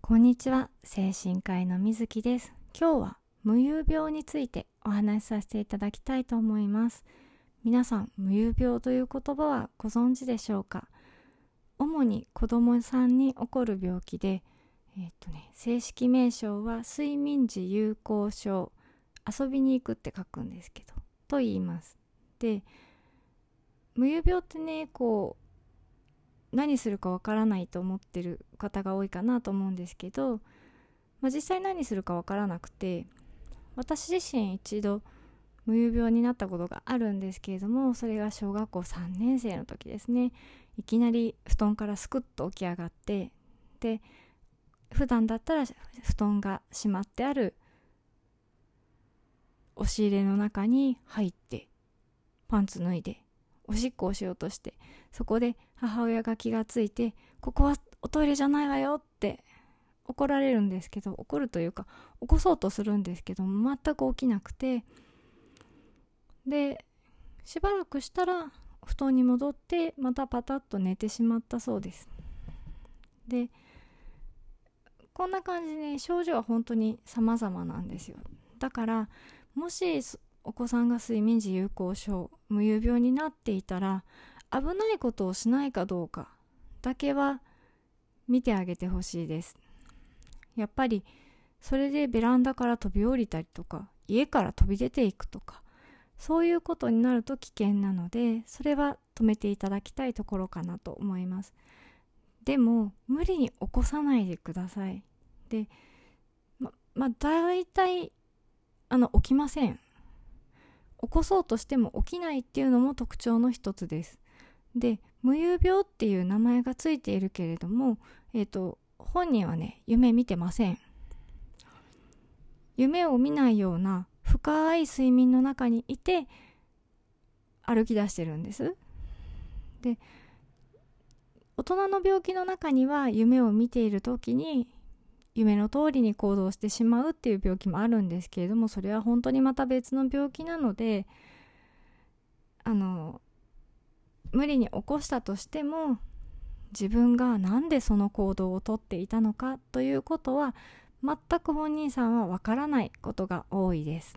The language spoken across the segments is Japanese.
こんにちは、精神科医の水木です。今日は無遊病についてお話しさせていただきたいと思います。皆さん、無遊病という言葉はご存知でしょうか？主に子どもさんに起こる病気で、正式名称は睡眠時有効症、遊びに行くって書くんですけど、と言います。で、無遊病ってね、何するかわからないと思ってる方が多いかなと思うんですけど、実際何するかわからなくて、私自身一度無遊病になったことがあるんですけれども、それが小学校3年生の時ですね。いきなり布団からスクッと起き上がって、で普段だったら布団がしまってある押し入れの中に入ってパンツ脱いでおしっこをしようとして、そこで母親が気がついて、ここはおトイレじゃないわよって怒られるんですけど、怒るというか起こそうとするんですけども、全く起きなくて、でしばらくしたら布団に戻ってまたパタッと寝てしまったそうです。でこんな感じで症状は本当に様々なんですよ。だからもしお子さんが睡眠時有効症、無遊病になっていたら、危ないことをしないかどうかだけは見てあげてほしいです。やっぱりそれでベランダから飛び降りたりとか、家から飛び出ていくとか、そういうことになると危険なので、それは止めていただきたいところかなと思います。でも無理に起こさないでください。で、大体起きません。起こそうとしても起きないっていうのも特徴の一つです。で、無遊病っていう名前がついているけれども、本人はね、夢見てません。夢を見ないような深い睡眠の中にいて歩き出してるんです。で、大人の病気の中には夢を見ている時に夢の通りに行動してしまうっていう病気もあるんですけれども、それは本当にまた別の病気なので、無理に起こしたとしても、自分がなんでその行動をとっていたのかということは全く本人さんはわからないことが多いです。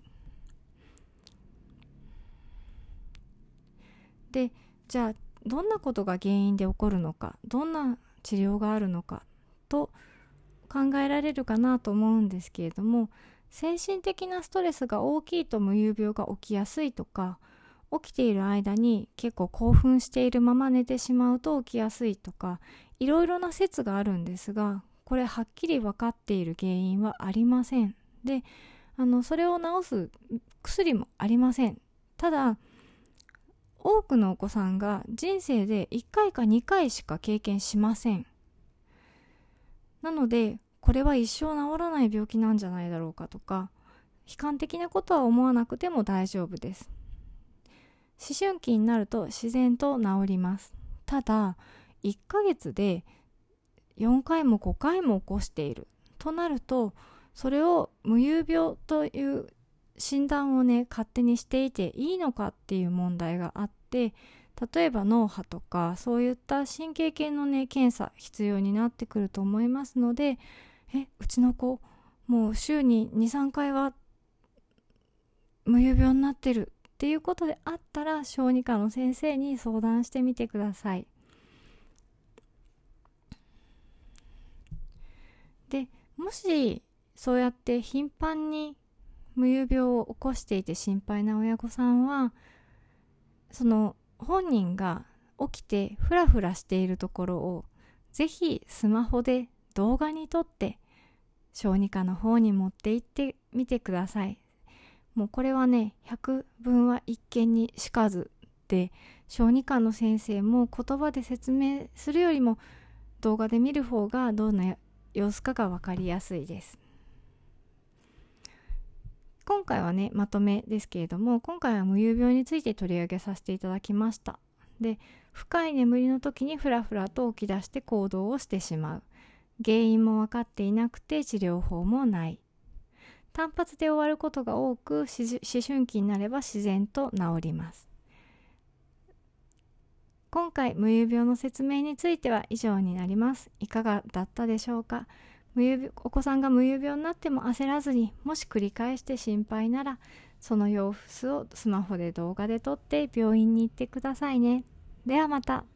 で、じゃあどんなことが原因で起こるのか、どんな治療があるのかと考えられるかなと思うんですけれども、精神的なストレスが大きいと無遊病が起きやすいとか、起きている間に結構興奮しているまま寝てしまうと起きやすいとか、いろいろな説があるんですが、これはっきり分かっている原因はありません。で、それを治す薬もありません。ただ、多くのお子さんが人生で1回か2回しか経験しません。なので、これは一生治らない病気なんじゃないだろうかとか、悲観的なことは思わなくても大丈夫です。思春期になると自然と治ります。ただ、1ヶ月で4回も5回も起こしているとなると、それを無遊病という診断をね、勝手にしていていいのかっていう問題があって、例えば脳波とかそういった神経系のね、検査必要になってくると思いますので、うちの子もう週に 2,3 回は無遊病になってるっていうことであったら、小児科の先生に相談してみてください。で、もしそうやって頻繁に無遊病を起こしていて心配な親御さんは、その本人が起きてフラフラしているところをぜひスマホで動画に撮って小児科の方に持って行ってみてください。もうこれはね、百聞は一見にしかずで、小児科の先生も言葉で説明するよりも動画で見る方がどんな様子かが分かりやすいです。今回はね、まとめですけれども、今回は無遊病について取り上げさせていただきました。で、深い眠りの時にフラフラと起き出して行動をしてしまう。原因も分かっていなくて治療法もない。単発で終わることが多く、思春期になれば自然と治ります。今回無遊病の説明については以上になります。いかがだったでしょうか？ お子さんが無遊病になっても焦らずに、もし繰り返して心配ならその様子をスマホで動画で撮って病院に行ってくださいね。ではまた。